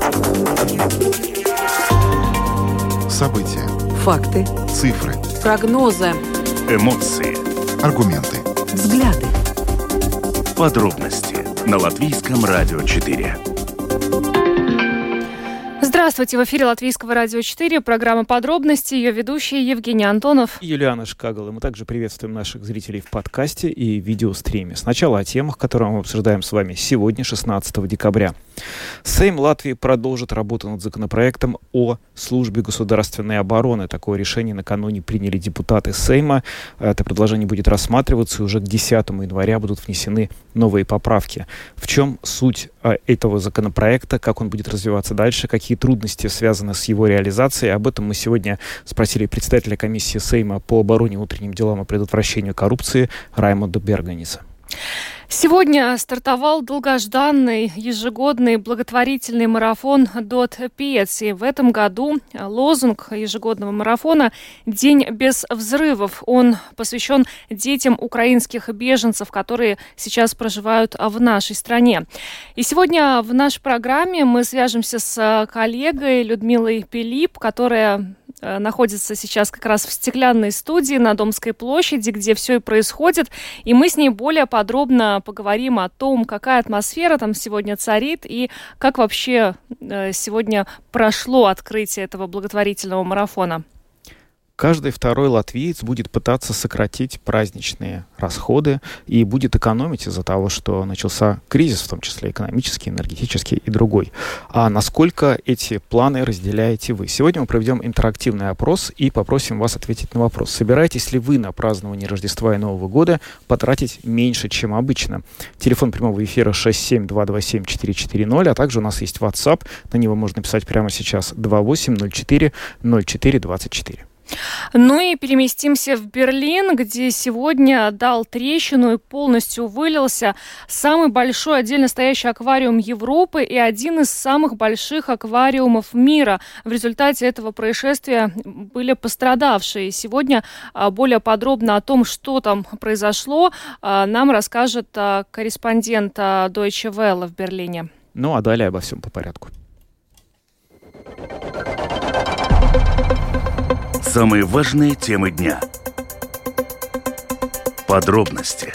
События. Факты. Цифры. Прогнозы. Эмоции. Аргументы. Взгляды. Подробности на Латвийском радио 4. Здравствуйте, в эфире Латвийского радио 4, программа «Подробности», ее ведущие Евгений Антонов и Юлиана Шкагала. Мы также приветствуем наших зрителей в подкасте и видеостриме. Сначала о темах, которые мы обсуждаем с вами сегодня, 16 декабря. Сейм Латвии продолжит работу над законопроектом о службе государственной обороны. Такое решение накануне приняли депутаты Сейма. Это предложение будет рассматриваться, и уже к 10 января будут внесены новые поправки. В чем суть этого законопроекта, как он будет развиваться дальше, какие трудности связаны с его реализацией. Об этом мы сегодня спросили представителя комиссии Сейма по обороне, внутренним делам и предотвращению коррупции Раймонда Берганиса. Сегодня стартовал долгожданный ежегодный благотворительный марафон «Дот Пиец». И в этом году лозунг ежегодного марафона «День без взрывов». Он посвящен детям украинских беженцев, которые сейчас проживают в нашей стране. И сегодня в нашей программе мы свяжемся с коллегой Людмилой Пилип, которая находится сейчас как раз в стеклянной студии на Домской площади, где все и происходит. И мы с ней более подробно поговорим о том, какая атмосфера там сегодня царит и как вообще сегодня прошло открытие этого благотворительного марафона. Каждый второй латвиец будет пытаться сократить праздничные расходы и будет экономить из-за того, что начался кризис, в том числе экономический, энергетический и другой. А насколько эти планы разделяете вы? Сегодня мы проведем интерактивный опрос и попросим вас ответить на вопрос. Собираетесь ли вы на празднование Рождества и Нового года потратить меньше, чем обычно? Телефон прямого эфира 67227440, а также у нас есть WhatsApp. На него можно писать прямо сейчас 28040424. Ну и переместимся в Берлин, где сегодня дал трещину и полностью вылился самый большой отдельно стоящий аквариум Европы и один из самых больших аквариумов мира. В результате этого происшествия были пострадавшие. Сегодня более подробно о том, что там произошло, нам расскажет корреспондент Deutsche Welle в Берлине. Ну а далее обо всем по порядку. Самые важные темы дня. Подробности.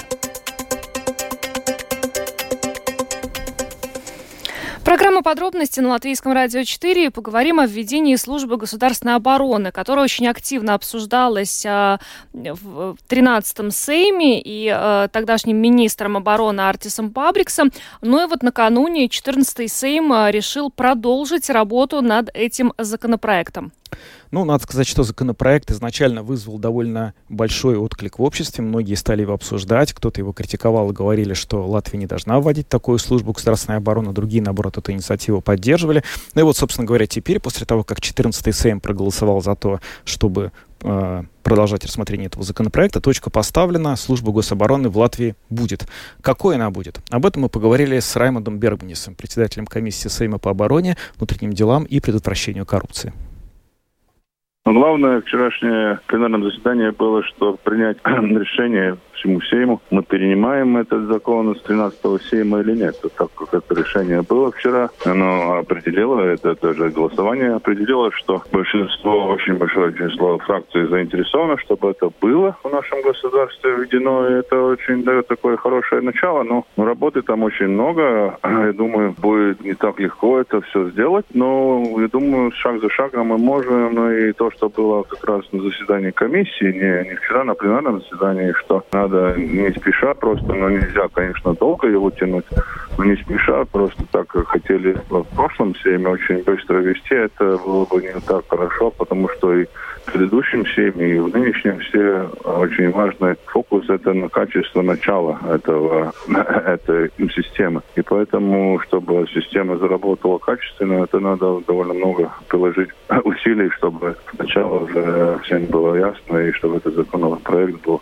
Программа «Подробности» на Латвийском радио 4. Поговорим о введении службы государственной обороны, которая очень активно обсуждалась в 13-м Сейме и тогдашним министром обороны Артисом Пабриксом. Ну и вот накануне 14-й Сейм решил продолжить работу над этим законопроектом. Ну, надо сказать, что законопроект изначально вызвал довольно большой отклик в обществе. Многие стали его обсуждать. Кто-то его критиковал и говорили, что Латвия не должна вводить такую службу государственной обороны. Другие, наоборот, эту инициативу поддерживали. Ну и вот, собственно говоря, теперь, после того, как 14-й Сейм проголосовал за то, чтобы продолжать рассмотрение этого законопроекта, точка поставлена, служба гособороны в Латвии будет. Какой она будет? Об этом мы поговорили с Раймондом Бергганисом, председателем комиссии Сейма по обороне, внутренним делам и предотвращению коррупции. Главное вчерашнее пленарное заседание было, что принять решение всему Сейму. Мы перенимаем этот закон с 13-го Сейма или нет. Так как это решение было вчера, оно определило, это тоже голосование определило, что большинство, очень большое число фракций заинтересовано, чтобы это было в нашем государстве введено. И это очень дает такое хорошее начало, но работы там очень много. Я думаю, будет не так легко это все сделать, но я думаю, шаг за шагом мы можем. Ну и то, что было как раз на заседании комиссии, не вчера на пленарном заседании, что надо не спеша просто, но нельзя, конечно, долго его тянуть, но не спеша, просто так, как хотели в прошлом Сейме очень быстро вести, это было бы не так хорошо, потому что и в предыдущем Сейме, и в нынешнем все очень важный фокус это на качество начала этой системы. И поэтому, чтобы система заработала качественно, это надо довольно много приложить усилий, чтобы сначала уже всем было ясно, и чтобы этот законопроект был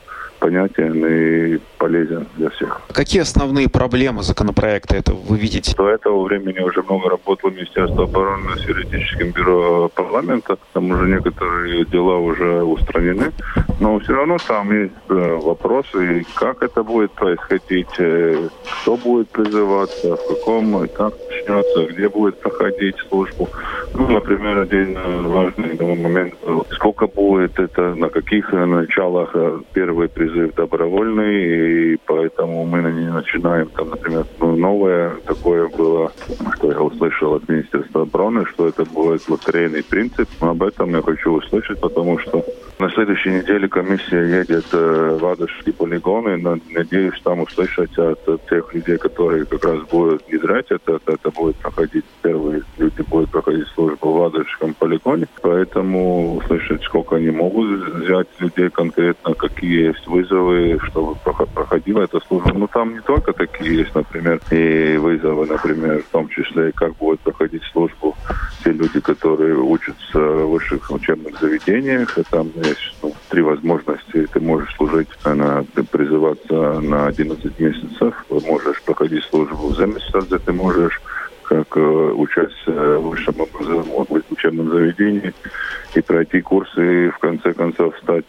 понятен и полезен для всех. Какие основные проблемы законопроекта это вы видите? До этого времени уже много работало Министерство обороны с юридическим бюро парламента. Там уже некоторые дела уже устранены. Но все равно там есть вопросы, как это будет происходить, кто будет призываться, в каком этапе начнется, где будет проходить службу. Ну, например, один важный момент, сколько будет это, на каких началах первый призыв добровольный, и поэтому мы не начинаем, там, например, новое такое было, что я услышал от Министерства обороны, что это будет лотерейный принцип. Но об этом я хочу услышать, потому что на следующей неделе комиссия едет в Адышевский полигон, и надеюсь там услышать от тех людей, которые как раз будут внедрять это будет проходить, первые люди будут проходить службу в Адышевском полигоне, поэтому услышать, сколько они могут взять людей конкретно, какие есть вызовы, чтобы проходила эта служба. Ну, там не только такие есть, например, и вызовы, например, в том числе, как будет проходить службу те люди, которые учатся в высших учебных заведениях, и там есть 3 возможности. Ты можешь служить, призываться на 11 месяцев, можешь проходить службу в земледелии, ты можешь как участие в высшем учебном заведении и пройти курсы и в конце концов стать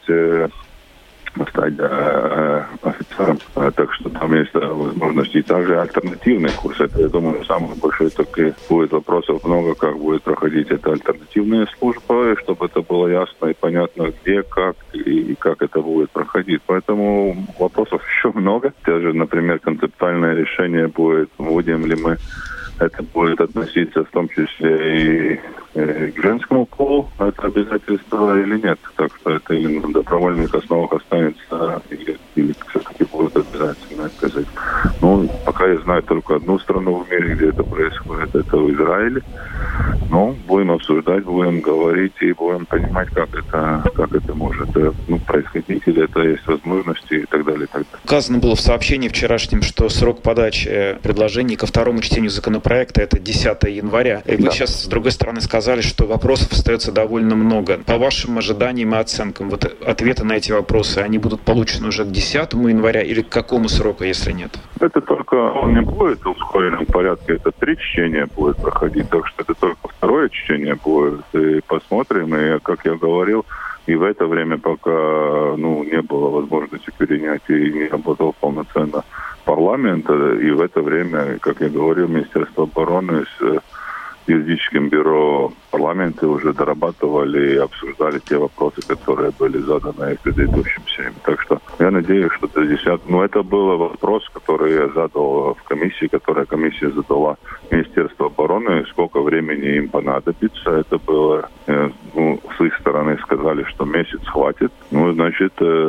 офицером. Так что там есть возможности. И также альтернативные курсы. Это, я думаю, самый большой такой будет вопросов много, как будет проходить эта альтернативная служба, и чтобы это было ясно и понятно, где, как и как это будет проходить. Поэтому вопросов еще много. Даже, например, концептуальное решение будет, будем ли мы это будет относиться в том числе и к женскому полу, это обязательство или нет. Так что это или на добровольных основах останется, или все-таки будет обязательно сказать. Ну, пока я знаю только одну страну в мире, где это происходит, это в Израиле. Но будем обсуждать, будем говорить и будем понимать, как это может происходить, или это есть возможности и так далее, и так далее. Указано было в сообщении вчерашнем, что срок подачи предложений ко второму чтению законопроекта это 10 января. И вы сейчас, с другой стороны, сказали, что вопросов остается довольно много. По вашим ожиданиям и оценкам, вот ответы на эти вопросы, они будут получены уже к 10 января или к какому сроку, если нет? Это только он не будет в ускоренном порядке, это 3 чтения будет проходить, так что это только второе чтение будет. И посмотрим, и как я говорил, и в это время, пока не было возможности перенять и не работал полноценно парламент, и в это время, как я говорил, Министерство обороны с юридическим бюро парламента уже дорабатывали и обсуждали те вопросы, которые были заданы в предыдущем Сейме. Так что я надеюсь, что до 10... это был вопрос, который я задал в комиссии, которая комиссия задала Министерству обороны, сколько времени им понадобится. Это было... с их стороны сказали, что месяц хватит. Значит,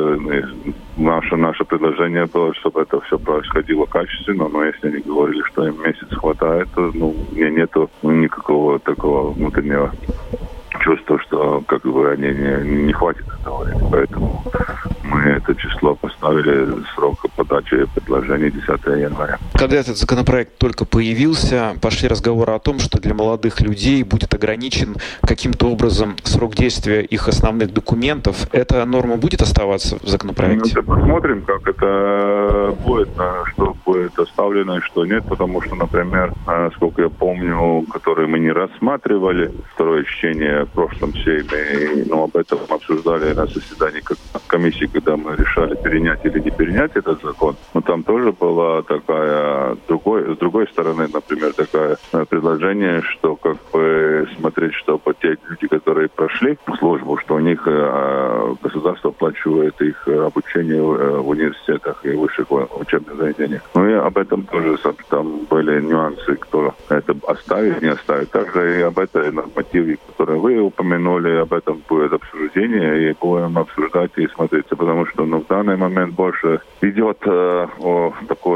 наше предложение было, чтобы это все происходило качественно, но если они говорили, что им месяц хватает, то мне нету никакого такого внутреннего чувства, что они не хватит этого времени. Поэтому мы это число поставили, срок подачи предложений 10 января. Когда этот законопроект только появился, пошли разговоры о том, что для молодых людей будет ограничен каким-то образом срок действия их основных документов. Эта норма будет оставаться в законопроекте? Посмотрим, как это будет, что будет оставлено и что нет, потому что, например, сколько я помню, которые мы не рассматривали, второе чтение в прошлом Сейме, об этом обсуждали на заседании комиссии, когда мы решали перенять или не перенять этот закон. Но там тоже была такая, с другой стороны, например, такое предложение, что смотреть, чтобы те люди, которые прошли службу, что у них государство оплачивает их обучение в университетах и высших учебных заведениях. И об этом тоже там были нюансы, кто это оставит, не оставит. Также и об этой нормативе, которую вы упомянули, об этом будет обсуждение, и будем обсуждать и смотреть, потому что в данный момент больше идет о такой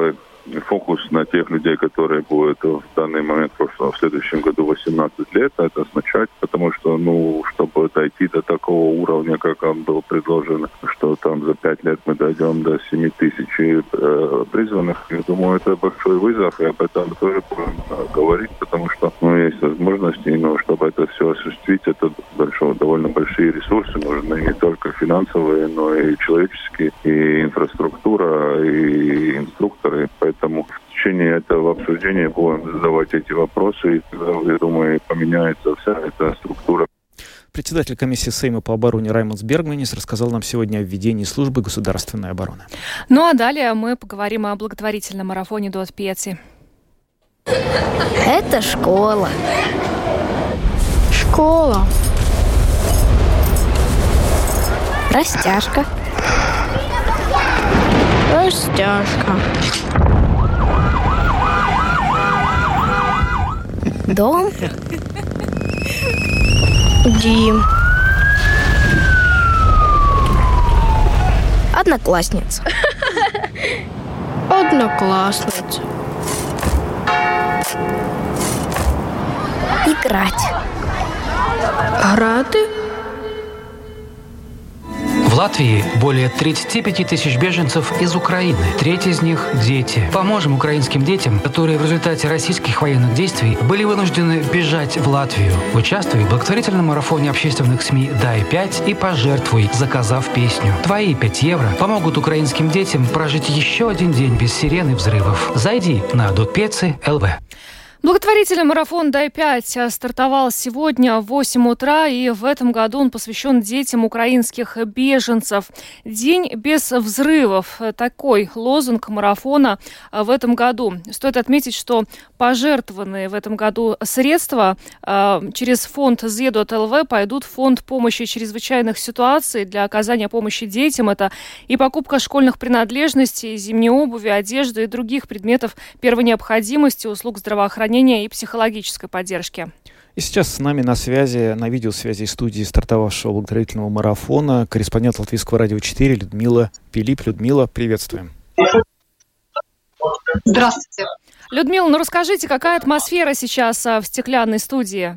фокус на тех людей, которые будут в данный момент, в следующем году 18 лет, это означает, потому что, чтобы дойти до такого уровня, как он был предложен, что там за 5 лет мы дойдем до 7 тысяч призванных, я думаю, это большой вызов, и об этом тоже будем говорить, потому что есть возможности, но чтобы это все осуществить, это довольно большие ресурсы нужны, не только финансовые, но и человеческие, и инфраструктура, и инструкторы. Поэтому в течение этого обсуждения будем задавать эти вопросы, и тогда, я думаю, поменяется вся эта структура. Председатель комиссии Сейма по обороне Раймондс Бергманис рассказал нам сегодня о введении службы государственной обороны. Ну а далее мы поговорим о благотворительном марафоне Дот Пьеци. Это школа. Школа. Растяжка. Растяжка. Дом. Дим. Одноклассница. Одноклассница. Играть. Грати. В Латвии более 35 тысяч беженцев из Украины. Треть из них – дети. Поможем украинским детям, которые в результате российских военных действий были вынуждены бежать в Латвию. Участвуй в благотворительном марафоне общественных СМИ «Дай 5» и пожертвуй, заказав песню. Твои 5 евро помогут украинским детям прожить еще один день без сирен и взрывов. Зайди на Dotpieci.lv. Благотворительный марафон «Дай 5» стартовал сегодня в 8 утра, и в этом году он посвящен детям украинских беженцев. «День без взрывов» – такой лозунг марафона в этом году. Стоит отметить, что пожертвованные в этом году средства через фонд Ziedo.lv пойдут в фонд помощи чрезвычайных ситуаций для оказания помощи детям. Это и покупка школьных принадлежностей, зимней обуви, одежды и других предметов первой необходимости, услуг здравоохранения и психологической поддержки. И сейчас с нами на связи, на видеосвязи из студии стартовавшего благотворительного марафона корреспондент Латвийского радио 4 Людмила Пилип. Людмила, приветствуем. Здравствуйте. Людмила, расскажите, какая атмосфера сейчас в стеклянной студии?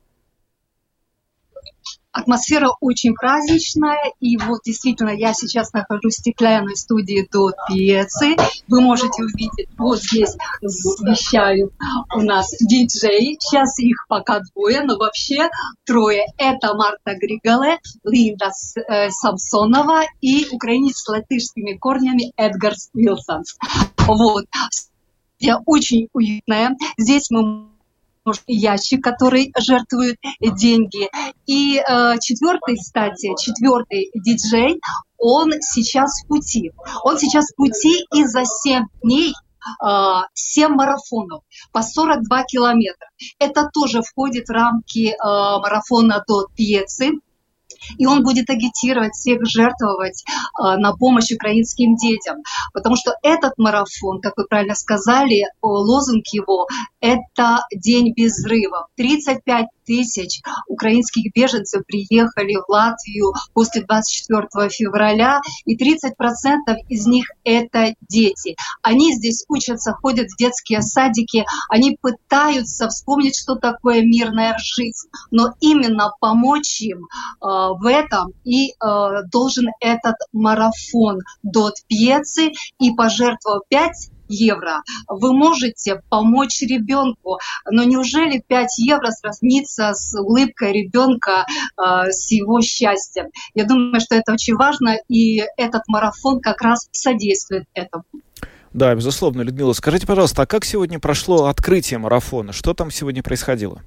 Атмосфера очень праздничная, и вот действительно я сейчас нахожусь в стеклянной студии Дот Пьеци. Вы можете увидеть, вот здесь вещают у нас диджеи, сейчас их пока двое, но вообще трое. Это Марта Григале, Линда Самсонова и украинец с латышскими корнями Эдгарс Вилсонс. Вот. Очень уютная. Здесь мы ящик, который жертвует деньги. И четвертый диджей, он сейчас в пути. И за 7 дней 7 марафонов по 42 километра. Это тоже входит в рамки марафона Дот Пьеци. И он будет агитировать всех жертвовать на помощь украинским детям. Потому что этот марафон, как вы правильно сказали, лозунг его – это «День без взрывов». 35 тысяч украинских беженцев приехали в Латвию после 24 февраля, и 30% из них – это дети. Они здесь учатся, ходят в детские садики, они пытаются вспомнить, что такое мирная жизнь, но именно помочь им в этом и должен этот марафон Дот Пьеци, и пожертвовав 5 евро, вы можете помочь ребенку. Но неужели 5 евро сравнится с улыбкой ребенка, с его счастьем? Я думаю, что это очень важно, и этот марафон как раз содействует этому. Да, безусловно. Людмила, скажите, пожалуйста, а как сегодня прошло открытие марафона? Что там сегодня происходило?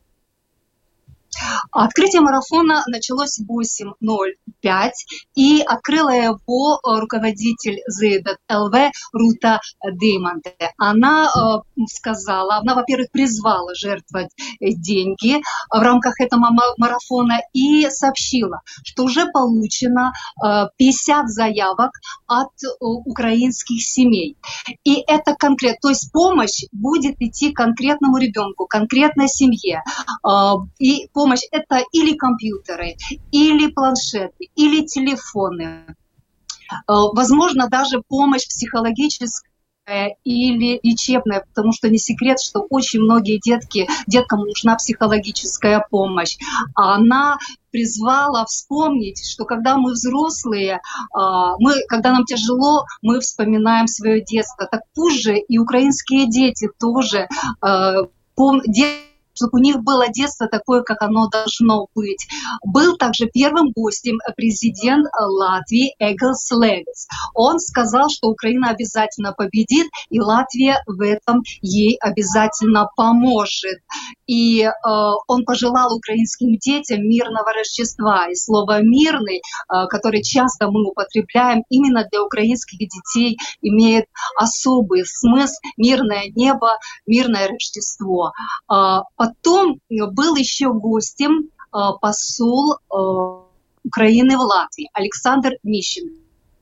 Открытие марафона началось в 8:05, и открыла его руководитель Ziedo.lv Рута Дейманте. Она во-первых, призвала жертвовать деньги в рамках этого марафона и сообщила, что уже получено 50 заявок от украинских семей. И это конкретно, то есть помощь будет идти конкретному ребенку, конкретной семье. И помощь – это или компьютеры, или планшеты, или телефоны. Возможно, даже помощь психологическая или лечебная, потому что не секрет, что очень многие деткам нужна психологическая помощь. А она призвала вспомнить, что когда мы взрослые, когда нам тяжело, мы вспоминаем свое детство. Так позже и украинские дети тоже чтобы у них было детство такое, как оно должно быть. Был также первым гостем президент Латвии Эгилс Левис. Он сказал, что Украина обязательно победит, и Латвия в этом ей обязательно поможет. И он пожелал украинским детям мирного Рождества. И слово «мирный», которое часто мы употребляем, именно для украинских детей имеет особый смысл. Мирное небо, мирное Рождество. Потом был еще гостем посол Украины в Латвии Александр Мищенко.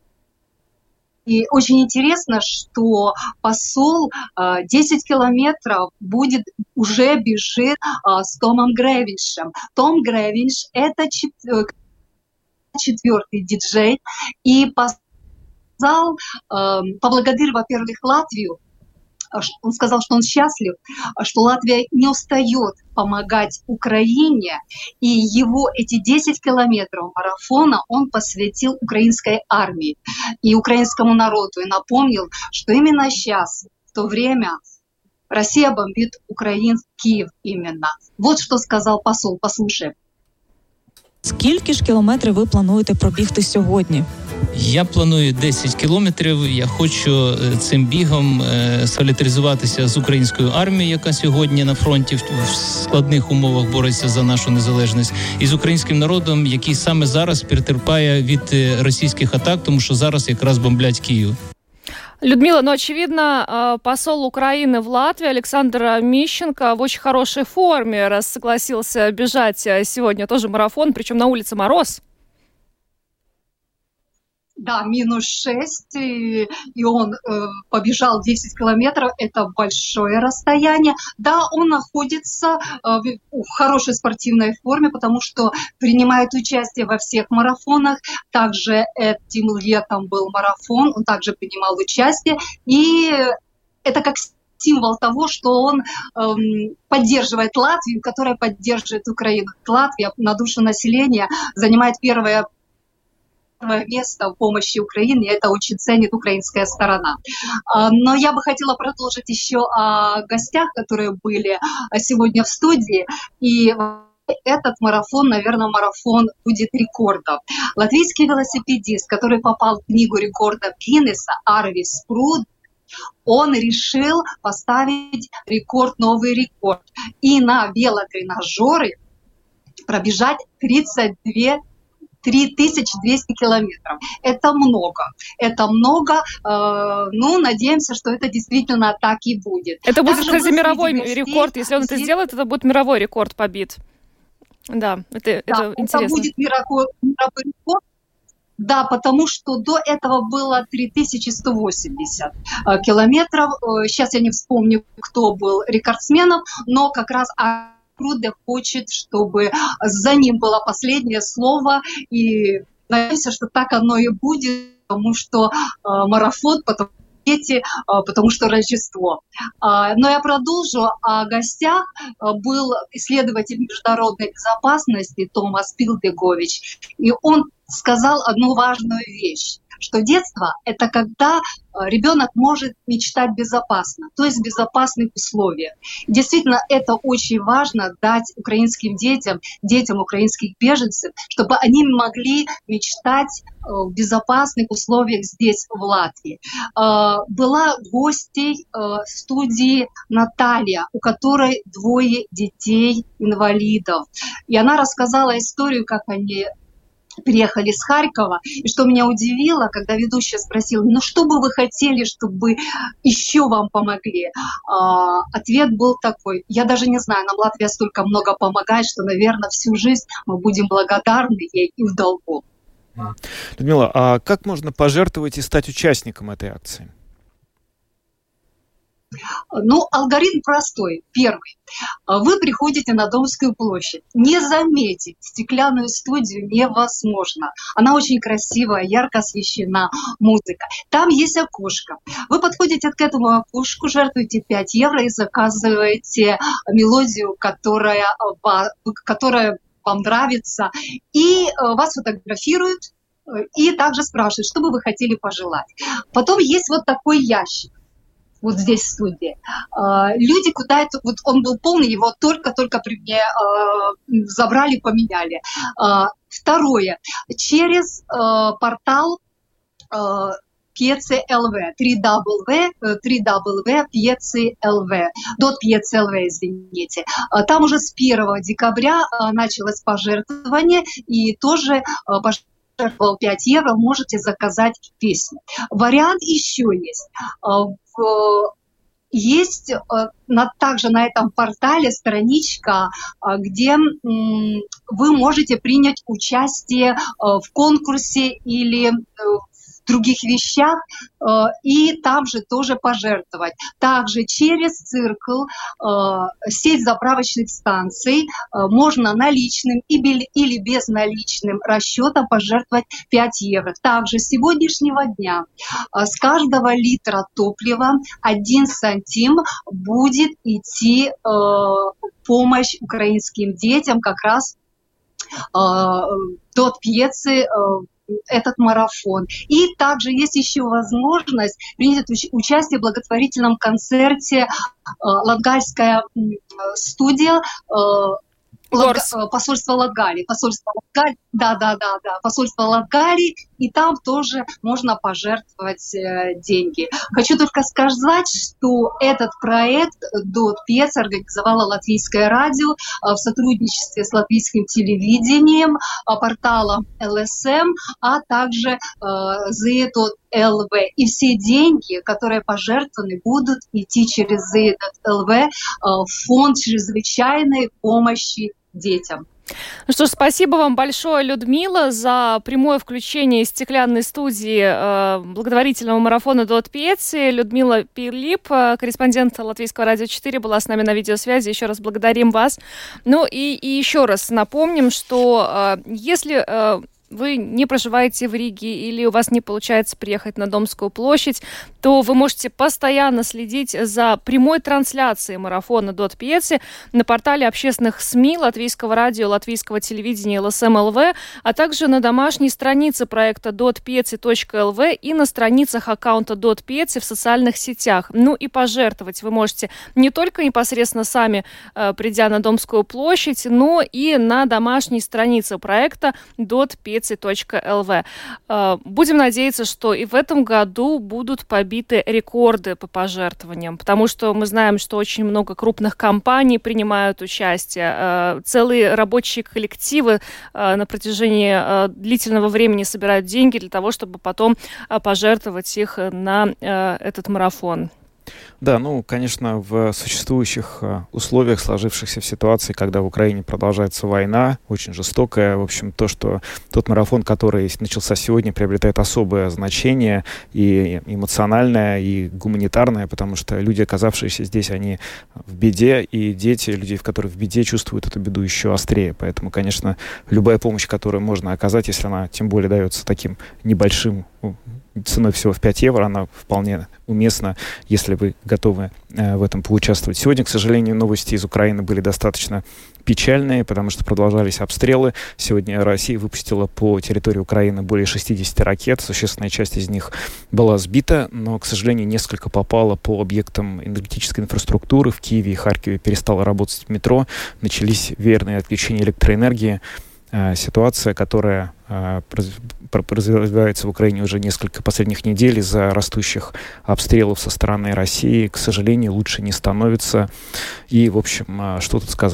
И очень интересно, что посол 10 километров уже бежит с Томом Гревиншем. Том Гревинш – это четвертый диджей. И поблагодарил, во-первых, Латвию. Он сказал, что он счастлив, что Латвия не устает помогать Украине, и его эти 10 километров марафона он посвятил украинской армии и украинскому народу, и напомнил, что именно сейчас, в то время, Россия бомбит Киев именно. Вот что сказал посол, послушаем. Скільки ж кілометрів ви плануєте пробігти сьогодні? Я планую 10 кілометрів. Я хочу цим бігом солідаризуватися з українською армією, яка сьогодні на фронті в складних умовах бореться за нашу незалежність, і з українським народом, який саме зараз перетерпає від російських атак, тому що зараз якраз бомблять Київ. Людмила, очевидно, посол Украины в Латвии Александр Мищенко в очень хорошей форме, раз согласился бежать сегодня тоже марафон, причем на улице мороз. Да, -6, и он побежал 10 километров, это большое расстояние. Да, он находится в хорошей спортивной форме, потому что принимает участие во всех марафонах. Также этим летом был марафон, он также принимал участие. И это как символ того, что он поддерживает Латвию, которая поддерживает Украину. Латвия на душу населения занимает первое место в помощи Украине, это очень ценит украинская сторона. Но я бы хотела продолжить еще о гостях, которые были сегодня в студии. И этот марафон, наверное, марафон будет рекордом. Латвийский велосипедист, который попал в книгу рекордов Гиннесса, Арви Спруд, он решил поставить новый рекорд. И на велотренажеры пробежать 3200 километров. Это много. Надеемся, что это действительно так и будет. Это будет, кстати, мировой рекорд. Если он это сделает, это будет мировой рекорд побит. Да, это интересно. Это будет мировой рекорд. Да, потому что до этого было 3180 километров. Сейчас я не вспомню, кто был рекордсменом, но как раз Круда хочет, чтобы за ним было последнее слово, и надеемся, что так оно и будет, потому что марафон, потому что Рождество. Но я продолжу. О гостях был исследователь международной безопасности Томас Пилдегович, и он сказал одну важную вещь, что детство – это когда ребенок может мечтать безопасно, то есть в безопасных условиях. Действительно, это очень важно дать украинским детям украинских беженцев, чтобы они могли мечтать в безопасных условиях здесь, в Латвии. Была гостей студии Наталья, у которой 2 детей-инвалидов. И она рассказала историю, как они приехали с Харькова, и что меня удивило, когда ведущая спросила, что бы вы хотели, чтобы еще вам помогли? Ответ был такой: я даже не знаю, нам Латвия столько много помогает, что, наверное, всю жизнь мы будем благодарны ей и в долгу. Людмила, а как можно пожертвовать и стать участником этой акции? Ну, алгоритм простой. Первый. Вы приходите на Домскую площадь. Не заметить стеклянную студию невозможно. Она очень красивая, ярко освещена, музыка. Там есть окошко. Вы подходите к этому окошку, жертвуете 5 евро и заказываете мелодию, которая вам нравится. И вас фотографируют и также спрашивают, что бы вы хотели пожелать. Потом есть вот такой ящик. Вот здесь в студии. Люди куда-то... Вот он был полный, его только при мне забрали, поменяли. Второе. Через портал Piece.lv, www.piece.lv, извините. Там уже с 1 декабря началось пожертвование, и тоже пожертвовал 5 евро, можете заказать песню. Вариант еще есть. Есть также на этом портале страничка, где вы можете принять участие в конкурсе или в других вещах, и там же тоже пожертвовать. Также через Циркл, сеть заправочных станций, можно наличным или безналичным расчетом пожертвовать 5 евро. Также с сегодняшнего дня с каждого литра топлива 1 сантим будет идти помощь украинским детям как раз до Пьецы, этот марафон. И также есть еще возможность принять участие в благотворительном концерте Латгальская студия, посольство Латгалии. Посольство Латгалии, и там тоже можно пожертвовать деньги. Хочу только сказать, что этот проект «Дот Пьец» организовало Латвийское радио в сотрудничестве с латвийским телевидением, порталом ЛСМ, а также Z.lv. И все деньги, которые пожертвованы, будут идти через Z.lv в фонд чрезвычайной помощи детям. Ну что ж, спасибо вам большое, Людмила, за прямое включение из стеклянной студии благотворительного марафона «Дот Пьецы». Людмила Пилип, корреспондент Латвийского радио 4, была с нами на видеосвязи. Еще раз благодарим вас. Ну и еще раз напомним, что если вы не проживаете в Риге или у вас не получается приехать на Домскую площадь, то вы можете постоянно следить за прямой трансляцией марафона «Дот Пьецы» на портале общественных СМИ Латвийского радио, Латвийского телевидения ЛСМ-ЛВ, а также на домашней странице проекта dotpieci.lv и на страницах аккаунта «Дот Пьецы» в социальных сетях. Ну и пожертвовать вы можете не только непосредственно сами, придя на Домскую площадь, но и на домашней странице проекта dotpieci.lv. Будем надеяться, что и в этом году будут побиты рекорды по пожертвованиям, потому что мы знаем, что очень много крупных компаний принимают участие, целые рабочие коллективы на протяжении длительного времени собирают деньги для того, чтобы потом пожертвовать их на этот марафон. Да, ну, конечно, в существующих условиях, сложившихся в ситуации, когда в Украине продолжается война, очень жестокая, в общем, тот марафон, который начался сегодня, приобретает особое значение и эмоциональное, и гуманитарное, потому что люди, оказавшиеся здесь, они в беде, и дети, людей, которые в беде, чувствуют эту беду еще острее. Поэтому, конечно, любая помощь, которую можно оказать, если она тем более дается таким небольшим, ценой всего в 5 евро, она вполне уместна, если вы готовы в этом поучаствовать. Сегодня, к сожалению, новости из Украины были достаточно печальные, потому что продолжались обстрелы. Сегодня Россия выпустила по территории Украины более 60 ракет. Существенная часть из них была сбита, но, к сожалению, несколько попало по объектам энергетической инфраструктуры. В Киеве и Харькове перестало работать метро, начались веерные отключения электроэнергии. Ситуация, которая развивается в Украине уже несколько последних недель из-за растущих обстрелов со стороны России, к сожалению, лучше не становится. И, в общем, что тут сказать?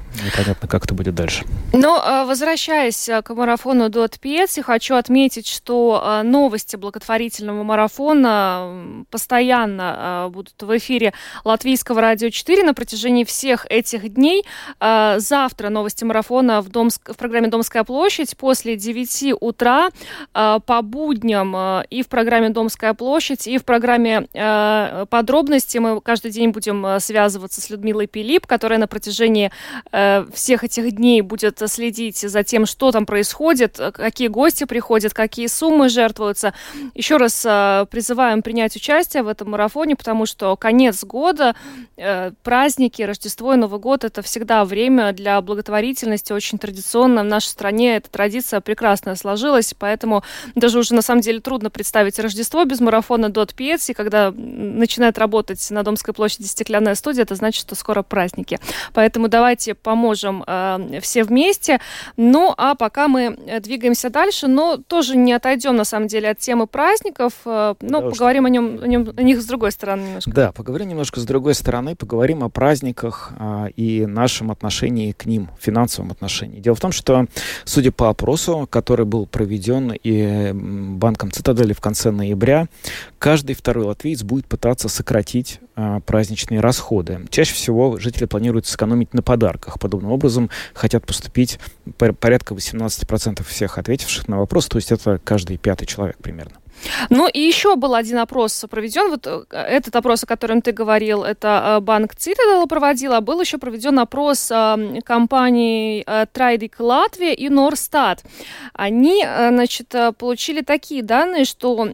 Непонятно, как это будет дальше. Но, возвращаясь к марафону Дот Пиеци, хочу отметить, что новости благотворительного марафона постоянно будут в эфире Латвийского радио 4 на протяжении всех этих дней. Завтра новости марафона в программе «Домская площадь» после 9 утра по будням и в программе «Домская площадь», и в программе «Подробности». Мы каждый день будем связываться с Людмилой Пилип, которая на протяжении всех этих дней будет следить за тем, что там происходит, какие гости приходят, какие суммы жертвуются. Еще раз призываем принять участие в этом марафоне, потому что конец года, праздники, Рождество и Новый год – это всегда время для благотворительности, очень традиционно. В нашей стране эта традиция прекрасно сложилась, поэтому даже уже на самом деле трудно представить Рождество без марафона Дот Пиеци. Когда начинает работать на Домской площади стеклянная студия, это значит, что скоро праздники. Поэтому давайте поможем все вместе. Ну, а пока мы двигаемся дальше, но тоже не отойдем, на самом деле, от темы праздников, но поговорим о них с другой стороны немножко. Да, поговорим немножко с другой стороны, поговорим о праздниках и нашем отношении к ним, финансовом отношении. Дело в том, что, судя по опросу, который был проведен и банком Цитадели в конце ноября, каждый второй латвиец будет пытаться сократить праздничные расходы. Чаще всего жители планируют сэкономить на подарках. Подобным образом хотят поступить порядка 18% всех ответивших на вопрос, то есть это каждый пятый человек примерно. Ну и еще был один опрос проведен. Вот этот опрос, о котором ты говорил, это банк Цитадел проводил, а был еще проведен опрос компаний Трайдик Латвия и Норстат. Они, значит, получили такие данные, что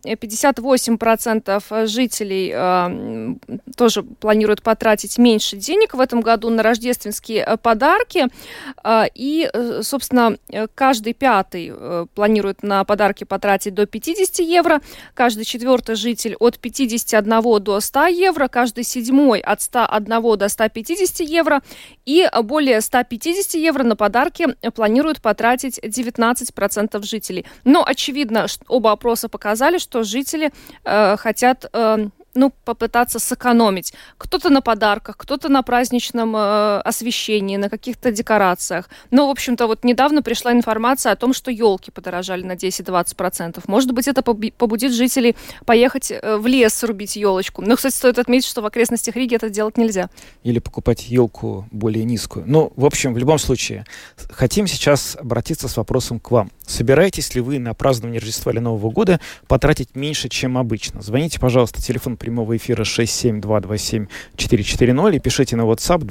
58% жителей тоже планируют потратить меньше денег в этом году на рождественские подарки. И, собственно, каждый пятый планирует на подарки потратить до 50 евро. Каждый четвертый житель от 51 до 100 евро, каждый седьмой от 101 до 150 евро и более 150 евро на подарки планируют потратить 19% жителей. Но очевидно, что оба опроса показали, что жители хотят попытаться сэкономить. Кто-то на подарках, кто-то на праздничном освещении, на каких-то декорациях. Но, в общем-то, вот недавно пришла информация о том, что елки подорожали на 10-20%. Может быть, это побудит жителей поехать в лес рубить елочку. Но, кстати, стоит отметить, что в окрестностях Риги это делать нельзя. Или покупать елку более низкую. Ну, в общем, в любом случае, хотим сейчас обратиться с вопросом к вам. Собираетесь ли вы на празднование Рождества или Нового года потратить меньше, чем обычно? Звоните, пожалуйста, телефон прямого эфира 67227-440 и пишите на WhatsApp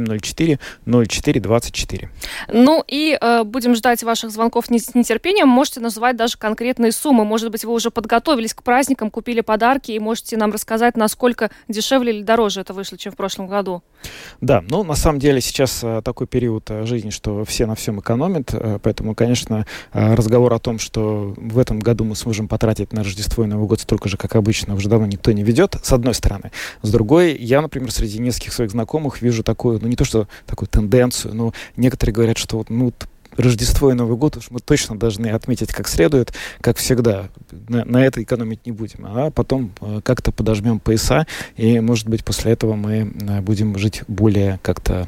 2804-0424. Ну и будем ждать ваших звонков с нетерпением. Можете называть даже конкретные суммы. Может быть, вы уже подготовились к праздникам, купили подарки и можете нам рассказать, насколько дешевле или дороже это вышло, чем в прошлом году. Да, ну на самом деле сейчас такой период жизни, что все на всем экономят, поэтому, конечно, разговор о том, что в этом году мы сможем потратить на Рождество и Новый год столько же, как обычно, уже давно никто не ведет, с одной стороны. С другой, я, например, среди нескольких своих знакомых вижу такую, не то что такую тенденцию, но некоторые говорят, что Рождество и Новый год уж мы точно должны отметить как следует, как всегда. На это экономить не будем. А потом как-то подожмем пояса, и, может быть, после этого мы будем жить более как-то...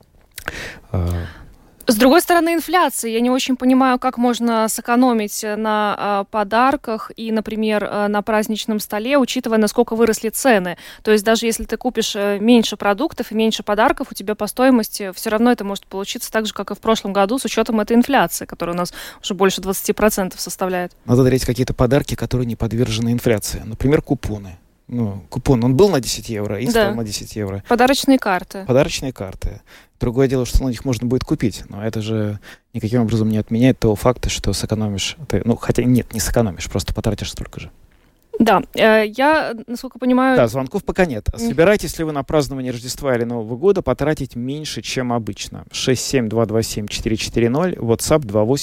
С другой стороны, инфляция. Я не очень понимаю, как можно сэкономить на подарках и, например, на праздничном столе, учитывая, насколько выросли цены. То есть даже если ты купишь меньше продуктов и меньше подарков, у тебя по стоимости все равно это может получиться так же, как и в прошлом году, с учетом этой инфляции, которая у нас уже больше 20% составляет. Надо дарить какие-то подарки, которые не подвержены инфляции. Например, купоны. Купон, он был на 10 евро и стал на 10 евро. Подарочные карты. Подарочные карты. Другое дело, что на них можно будет купить, но это же никаким образом не отменяет того факта, что сэкономишь. Хотя нет, не сэкономишь, просто потратишь столько же. Да, я, насколько понимаю... Да, звонков пока нет. Собираетесь ли вы на празднование Рождества или Нового года потратить меньше, чем обычно? 67227-440, WhatsApp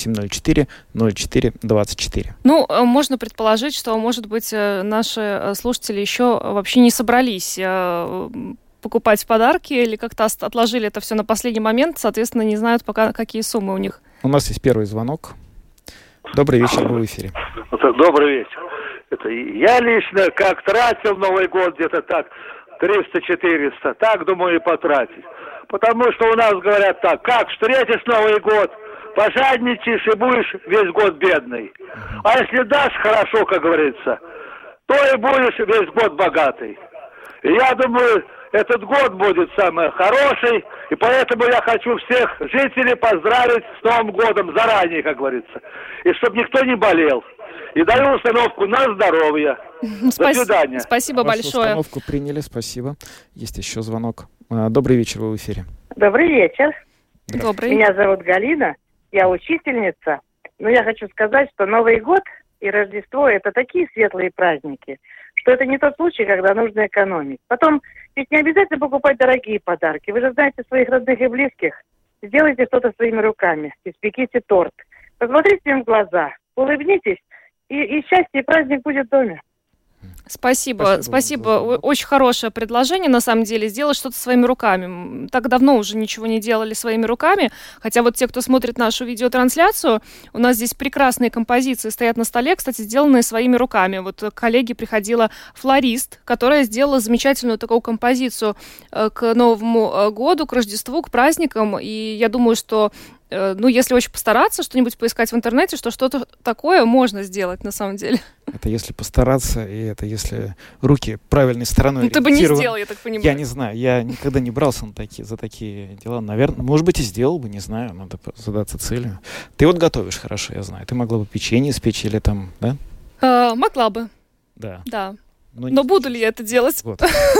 2804-0424. Можно предположить, что, может быть, наши слушатели еще вообще не собрались покупать подарки или как-то отложили это все на последний момент, соответственно, не знают пока, какие суммы у них. У нас есть первый звонок. Добрый вечер, вы в эфире. Добрый вечер. Я лично как тратил Новый год где-то так 300-400, так думаю и потратить. Потому что у нас говорят так, как встретишь Новый год, пожадничаешь и будешь весь год бедный. А если дашь хорошо, как говорится, то и будешь весь год богатый. И я думаю, этот год будет самый хороший, и поэтому я хочу всех жителей поздравить с Новым годом заранее, как говорится. И чтобы никто не болел. И даю установку на здоровье. До свидания. Спасибо большое. Установку приняли, спасибо. Есть еще звонок. Добрый вечер, вы в эфире. Добрый вечер. Добрый. Меня зовут Галина, я учительница. Но я хочу сказать, что Новый год и Рождество – это такие светлые праздники, что это не тот случай, когда нужно экономить. Потом, ведь не обязательно покупать дорогие подарки. Вы же знаете своих родных и близких. Сделайте что-то своими руками, испеките торт. Посмотрите им в глаза, улыбнитесь, и счастье, и праздник будет в доме. Спасибо. Очень хорошее предложение, на самом деле, сделать что-то своими руками. Так давно уже ничего не делали своими руками, хотя вот те, кто смотрит нашу видеотрансляцию, у нас здесь прекрасные композиции стоят на столе, кстати, сделанные своими руками. Вот к коллеге приходила флорист, которая сделала замечательную такую композицию к Новому году, к Рождеству, к праздникам, и я думаю, что если очень постараться, что-нибудь поискать в интернете, что что-то такое можно сделать на самом деле. Это если постараться, и это если руки правильной стороной ориентированы. Ты бы не сделал, я так понимаю. Я не знаю, я никогда не брался за такие дела. Наверное, может быть, и сделал бы, не знаю, надо задаться целью. Ты вот готовишь хорошо, я знаю. Ты могла бы печенье испечь или там, да? Могла бы. Да. Но буду ли я это делать? Вот.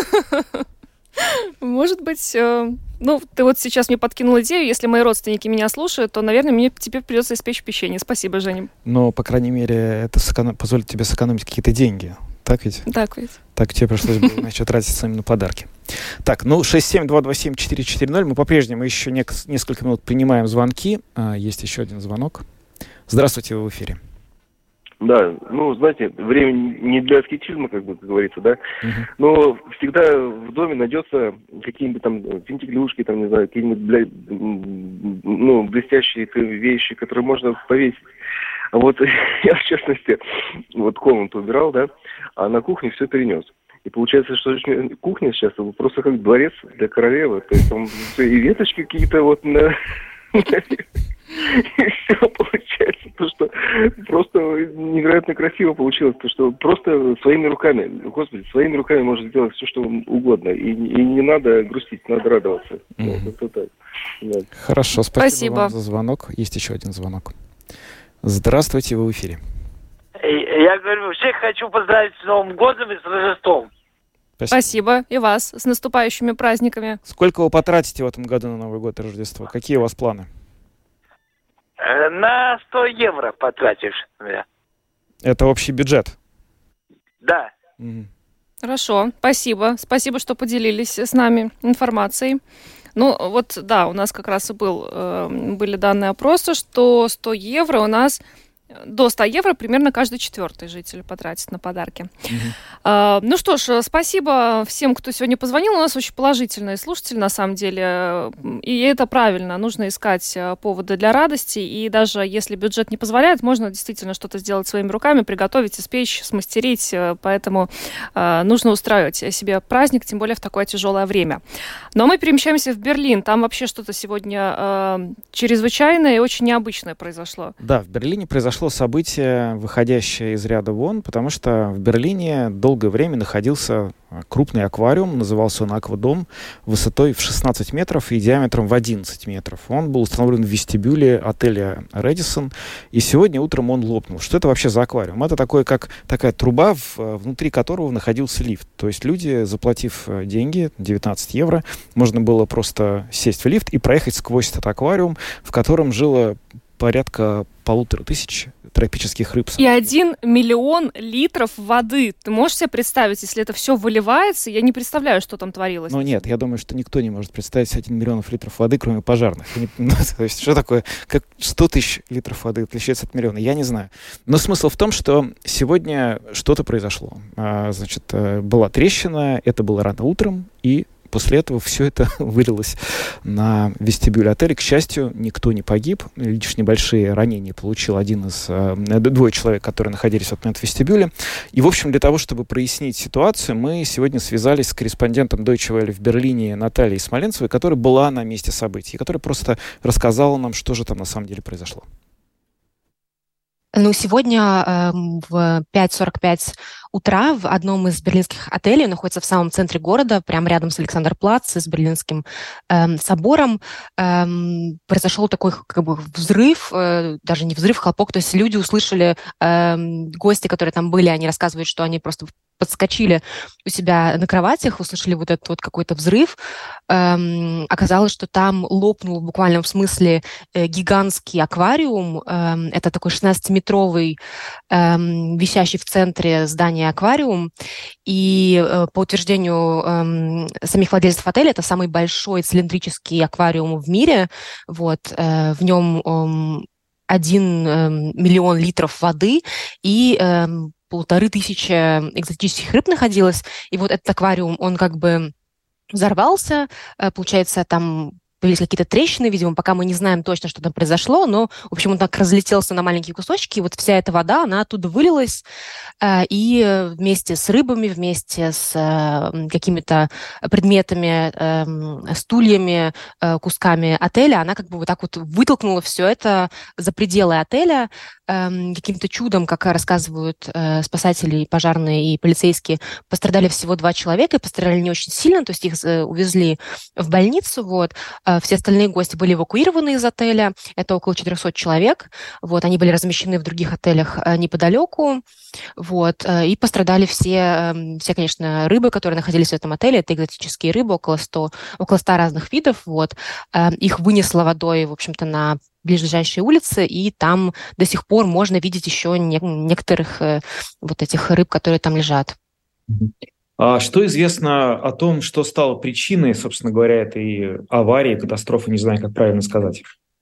Может быть, ты вот сейчас мне подкинул идею, если мои родственники меня слушают, то, наверное, мне теперь придется испечь печенье. Спасибо, Женя. Но, по крайней мере, это позволит тебе сэкономить какие-то деньги. Так ведь? Так ведь. Так тебе пришлось бы, тратиться именно на подарки. Так, 67227-440. Мы по-прежнему еще несколько минут принимаем звонки. Есть еще один звонок. Здравствуйте, вы в эфире. Да, знаете, время не для аскетизма, как говорится, да, но всегда в доме найдется какие-нибудь там финтиклюшки, там, не знаю, какие-нибудь, блестящие вещи, которые можно повесить. А вот я, в частности, комнату убирал, да, а на кухне все перенес. И получается, что кухня сейчас просто как дворец для королевы, то есть там и веточки какие-то на... И все получается, то, что просто невероятно красиво получилось, то, что просто своими руками, своими руками можно сделать все, что угодно. И не надо грустить, надо радоваться. Вот так. Да. Хорошо, спасибо вам за звонок. Есть еще один звонок. Здравствуйте, вы в эфире. Я говорю, всех хочу поздравить с Новым годом и с Рождеством. Спасибо. И вас с наступающими праздниками. Сколько вы потратите в этом году на Новый год и Рождество? Какие у вас планы? На 100 евро потратишь. Это общий бюджет? Да. Хорошо, спасибо. Спасибо, что поделились с нами информацией. У нас как раз и были данные опроса, что 100 евро у нас... До 100 евро примерно каждый четвертый житель потратит на подарки. Что ж, спасибо всем, кто сегодня позвонил. У нас очень положительные слушатели, на самом деле. И это правильно. Нужно искать поводы для радости. И даже если бюджет не позволяет, можно действительно что-то сделать своими руками, приготовить, испечь, смастерить. Поэтому нужно устраивать себе праздник, тем более в такое тяжелое время. Но мы перемещаемся в Берлин. Там вообще что-то сегодня чрезвычайное и очень необычное произошло. Да, в Берлине произошло событие, выходящее из ряда вон, потому что в Берлине долгое время находился крупный аквариум, назывался он «Аквадом», высотой в 16 метров и диаметром в 11 метров. Он был установлен в вестибюле отеля «Рэдисон», и сегодня утром он лопнул. Что это вообще за аквариум? Это такая труба, внутри которого находился лифт. То есть люди, заплатив деньги, 19 евро, можно было просто сесть в лифт и проехать сквозь этот аквариум, в котором жило порядка 1500 тропических рыб. И 1 миллион литров воды. Ты можешь себе представить, если это все выливается? Я не представляю, что там творилось. Нет, я думаю, что никто не может представить 1 миллион литров воды, кроме пожарных. То есть, что такое? Как 100 тысяч литров воды отличается от миллиона? Я не знаю. Но смысл в том, что сегодня что-то произошло. Была трещина, это было рано утром, и после этого все это вылилось на вестибюль отеля. К счастью, никто не погиб. Лишь небольшие ранения получил двое человек, которые находились в этот момент в вестибюле. И, в общем, для того, чтобы прояснить ситуацию, мы сегодня связались с корреспондентом Deutsche Welle в Берлине Натальей Смоленцевой, которая была на месте событий, которая просто рассказала нам, что же там на самом деле произошло. Сегодня в 5:45 утра в одном из берлинских отелей, находится в самом центре города, прямо рядом с Александрплац, с Берлинским собором, произошел такой взрыв, даже не взрыв, хлопок, то есть люди услышали, гости, которые там были, они рассказывают, что они просто подскочили у себя на кроватях, услышали вот этот вот какой-то взрыв. Оказалось, что там лопнул в буквальном смысле гигантский аквариум. Это такой 16-метровый, висящий в центре здания аквариум. И по утверждению самих владельцев отеля, это самый большой цилиндрический аквариум в мире. Вот, в нем 1 миллион литров воды и 1500 экзотических рыб находилось. И вот этот аквариум, он как бы взорвался. Получается, там появились какие-то трещины, видимо, пока мы не знаем точно, что там произошло, но, в общем, он так разлетелся на маленькие кусочки, и вот вся эта вода, она оттуда вылилась, и вместе с рыбами, вместе с какими-то предметами, стульями, кусками отеля, она как бы вот так вот вытолкнула все это за пределы отеля. Каким-то чудом, как рассказывают спасатели, пожарные и полицейские, пострадали всего 2 человека, и пострадали не очень сильно, то есть их увезли в больницу, вот. Все остальные гости были эвакуированы из отеля, это около 400 человек, вот, они были размещены в других отелях неподалеку, вот, и пострадали все, конечно, рыбы, которые находились в этом отеле, это экзотические рыбы, около 100 разных видов, вот, их вынесло водой, в общем-то, на ближайшие улицы, и там до сих пор можно видеть еще некоторых вот этих рыб, которые там лежат. А что известно о том, что стало причиной, собственно говоря, этой аварии, катастрофы, не знаю, как правильно сказать?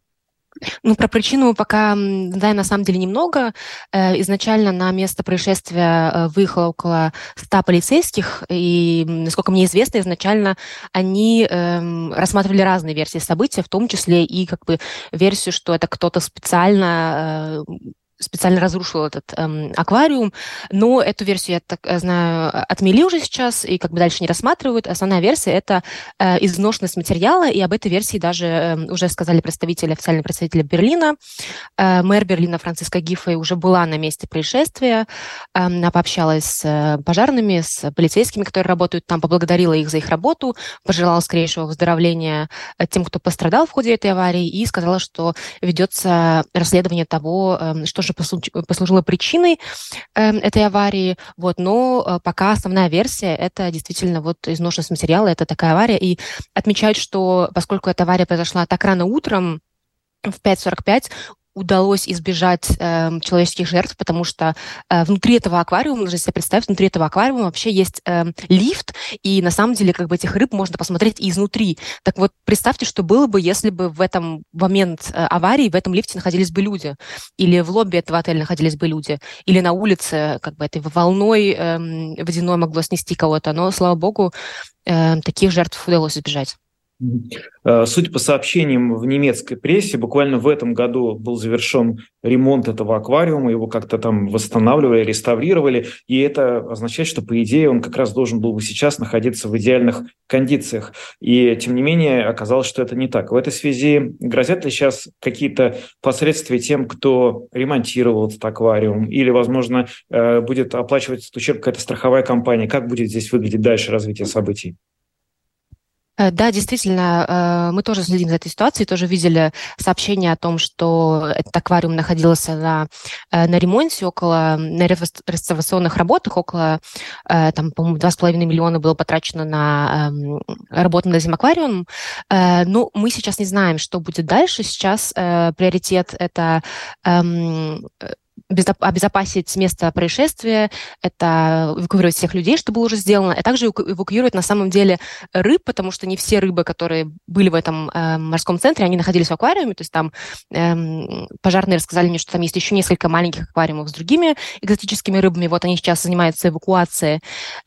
Про причину пока знаем на самом деле немного. Изначально на место происшествия выехало около 100 полицейских, и, насколько мне известно, изначально они рассматривали разные версии события, в том числе и как бы версию, что это кто-то специально разрушил этот аквариум, но эту версию, я так знаю, отмели уже сейчас и как бы дальше не рассматривают. Основная версия – это изношенность материала, и об этой версии даже уже сказали официальные представители Берлина. Мэр Берлина Франциска Гиффей уже была на месте происшествия, она пообщалась с пожарными, с полицейскими, которые работают там, поблагодарила их за их работу, пожелала скорейшего выздоровления тем, кто пострадал в ходе этой аварии, и сказала, что ведется расследование того, что же послужило причиной этой аварии, вот, но пока основная версия – это действительно вот изношенность материала, это такая авария, и отмечают, что поскольку эта авария произошла так рано утром, в 5:45, удалось избежать человеческих жертв, потому что внутри этого аквариума, нужно себе представить, внутри этого аквариума вообще есть лифт, и на самом деле как бы этих рыб можно посмотреть изнутри. Так вот, представьте, что было бы, если бы в момент аварии в этом лифте находились бы люди, или в лобби этого отеля находились бы люди, или на улице как бы этой волной водяной могло снести кого-то, но, слава богу, таких жертв удалось избежать. Судя по сообщениям в немецкой прессе, буквально в этом году был завершен ремонт этого аквариума, его как-то там восстанавливали, реставрировали, и это означает, что, по идее, он как раз должен был бы сейчас находиться в идеальных кондициях. И, тем не менее, оказалось, что это не так. В этой связи грозят ли сейчас какие-то последствия тем, кто ремонтировал этот аквариум, или, возможно, будет оплачивать этот ущерб какая-то страховая компания? Как будет здесь выглядеть дальше развитие событий? Да, действительно, мы тоже следим за этой ситуацией, тоже видели сообщение о том, что этот аквариум находился на ремонте, на реставрационных работах, около, там, по-моему, 2,5 миллиона было потрачено на работу над этим аквариумом. Но мы сейчас не знаем, что будет дальше. Сейчас приоритет – это обезопасить место происшествия, это эвакуировать всех людей, что было уже сделано, а также эвакуировать на самом деле рыб, потому что не все рыбы, которые были в этом морском центре, они находились в аквариуме, то есть там пожарные рассказали мне, что там есть еще несколько маленьких аквариумов с другими экзотическими рыбами, вот они сейчас занимаются эвакуацией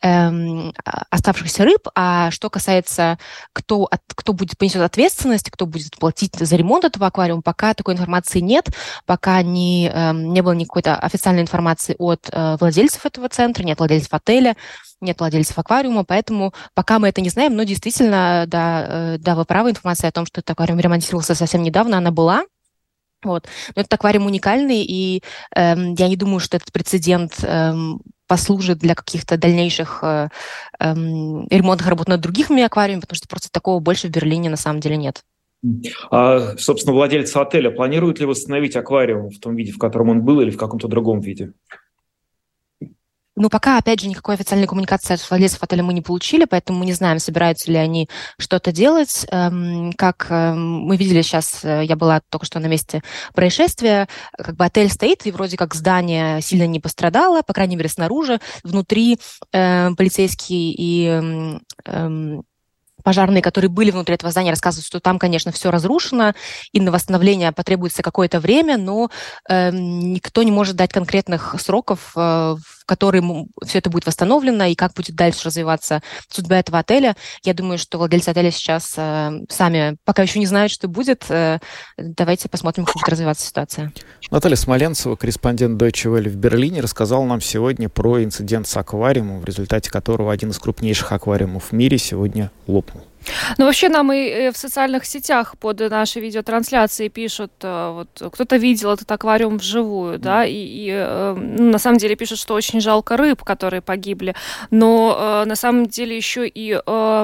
оставшихся рыб, а что касается, кто понесет ответственность, кто будет платить за ремонт этого аквариума, пока такой информации нет, пока не было никакой официальной информации от владельцев этого центра, нет владельцев отеля, нет владельцев аквариума, поэтому пока мы это не знаем, но действительно, да, вы правы, информация о том, что этот аквариум ремонтировался совсем недавно, она была. Вот. Но этот аквариум уникальный, и я не думаю, что этот прецедент послужит для каких-то дальнейших ремонтных работ над другими аквариумами, потому что просто такого больше в Берлине на самом деле нет. А, собственно, владельцы отеля планируют ли восстановить аквариум в том виде, в котором он был, или в каком-то другом виде? Ну, пока, опять же, никакой официальной коммуникации от владельцев отеля мы не получили, поэтому мы не знаем, собираются ли они что-то делать. Как мы видели сейчас, я была только что на месте происшествия, как бы отель стоит, и вроде как здание сильно не пострадало, по крайней мере, снаружи. Внутри полицейские и пожарные, которые были внутри этого здания, рассказывают, что там, конечно, все разрушено, и на восстановление потребуется какое-то время, но никто не может дать конкретных сроков, в которые все это будет восстановлено, и как будет дальше развиваться судьба этого отеля. Я думаю, что владельцы отеля сейчас сами пока еще не знают, что будет. Давайте посмотрим, как будет развиваться ситуация. Наталья Смоленцева, корреспондент Deutsche Welle в Берлине, рассказала нам сегодня про инцидент с аквариумом, в результате которого один из крупнейших аквариумов в мире сегодня лопнул. Ну, вообще нам и в социальных сетях под нашей видеотрансляцией пишут, вот кто-то видел этот аквариум вживую, да, и на самом деле пишут, что очень жалко рыб, которые погибли, но на самом деле еще и,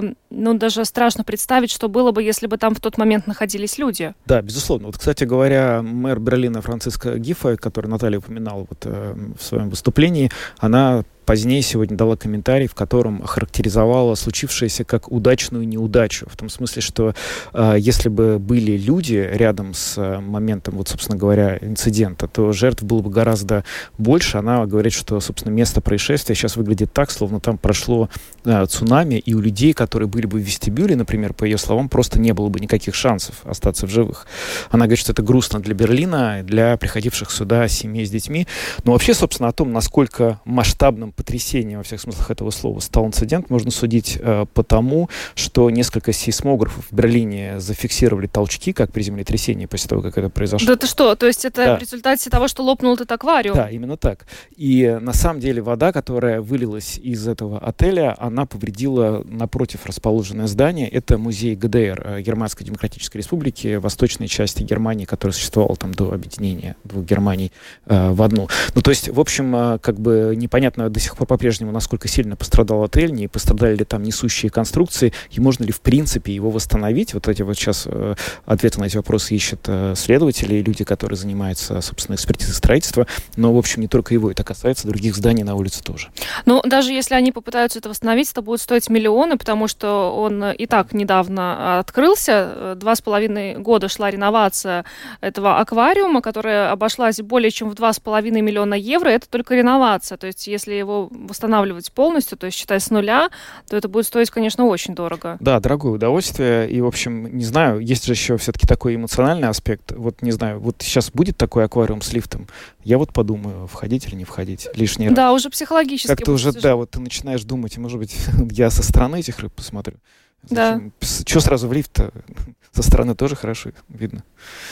даже страшно представить, что было бы, если бы там в тот момент находились люди. Да, безусловно. Вот, кстати говоря, мэр Берлина Франциска Гиффе, который Наталья упоминала в своем выступлении, она позднее сегодня дала комментарий, в котором охарактеризовала случившееся как удачную неудачу. В том смысле, что если бы были люди рядом с моментом, вот, собственно говоря, инцидента, то жертв было бы гораздо больше. Она говорит, что, собственно, место происшествия сейчас выглядит так, словно там прошло цунами, и у людей, которые были бы в вестибюле, например, по ее словам, просто не было бы никаких шансов остаться в живых. Она говорит, что это грустно для Берлина, для приходивших сюда семей с детьми. Но вообще, собственно, о том, насколько масштабным потрясением во всех смыслах этого слова стал инцидент, можно судить потому, что несколько сейсмографов в Берлине зафиксировали толчки, как при землетрясении после того, как это произошло. Да ты что? То есть это в результате того, что лопнул этот аквариум? Да, именно так. И на самом деле вода, которая вылилась из этого отеля, она повредила напротив расположенное здание. Это музей ГДР, Германской Демократической Республики, восточной части Германии, которая существовала там до объединения двух Германий в одну. Ну, то есть, в общем, как бы непонятно до сих пор по-прежнему, насколько сильно пострадал отель, не пострадали ли там несущие конструкции, и можно ли в принципе его восстановить. Вот эти вот сейчас ответы на эти вопросы ищут следователи и люди, которые занимаются, собственно, экспертизой строительства. Но, в общем, не только его, это касается других зданий на улице тоже. Ну, даже если они попытаются это восстановить, это будет стоить миллионы, потому что он и так недавно открылся. 2,5 года шла реновация этого аквариума, которая обошлась более чем в 2,5 миллиона евро. Это только реновация. То есть, если его восстанавливать полностью, то есть считай с нуля, то это будет стоить, конечно, очень дорого. Да, дорогое удовольствие. И, в общем, не знаю, есть же еще все-таки такой эмоциональный аспект. Вот, не знаю, вот сейчас будет такой аквариум с лифтом, я вот подумаю, входить или не входить лишний раз. Да, уже психологически. Как-то уже, да, вот ты начинаешь думать, может быть, я со стороны этих рыб посмотрю. Зачем? Да. Чего сразу в лифт-то? Со стороны тоже хорошо видно.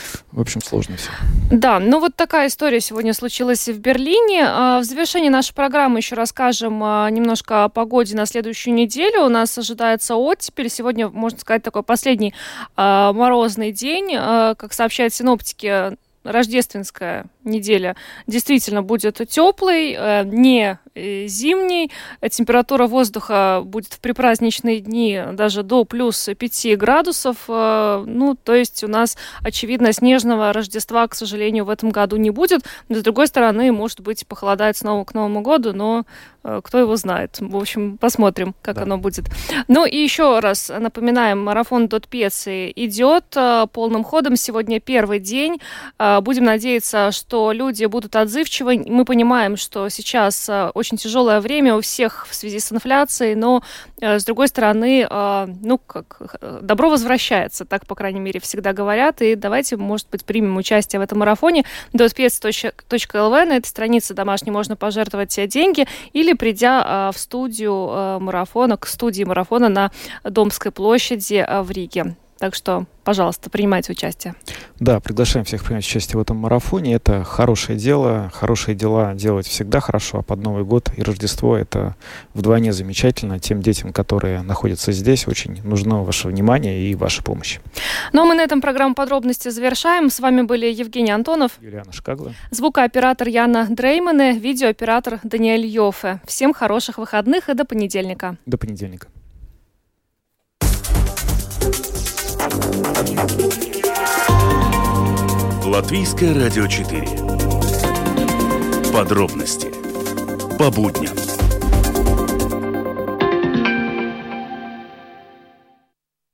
В общем, сложно все. Да, ну вот такая история сегодня случилась в Берлине. В завершении нашей программы еще расскажем немножко о погоде на следующую неделю. У нас ожидается оттепель. Сегодня, можно сказать, такой последний морозный день. Как сообщают синоптики, рождественская неделя действительно будет теплой, не зимней. Температура воздуха будет в предпраздничные дни даже до плюс 5 градусов. Ну, то есть у нас, очевидно, снежного Рождества, к сожалению, в этом году не будет. Но, с другой стороны, может быть, похолодает снова к Новому году, но кто его знает. В общем, посмотрим, как оно будет. Ну и еще раз напоминаем, марафон Дот Пьецы идет полным ходом. Сегодня первый день. Будем надеяться, что люди будут отзывчивы. Мы понимаем, что сейчас очень тяжелое время у всех в связи с инфляцией, но с другой стороны, добро возвращается, так, по крайней мере, всегда говорят. И давайте, может быть, примем участие в этом марафоне. dotpiec.lv, на этой странице домашней можно пожертвовать деньги или придя в студию марафона, к студии марафона на Домской площади в Риге. Так что, пожалуйста, принимайте участие. Да, приглашаем всех принять участие в этом марафоне. Это хорошее дело. Хорошие дела делать всегда хорошо, а под Новый год и Рождество это вдвойне замечательно. Тем детям, которые находятся здесь, очень нужно ваше внимание и ваша помощь. Ну а мы на этом программу «Подробности» завершаем. С вами были Евгений Антонов, Юлиана Шкагла, звукооператор Яна Дреймане, видеооператор Даниэль Йофе. Всем хороших выходных и до понедельника. До понедельника. Латвийское радио 4. Подробности по будням.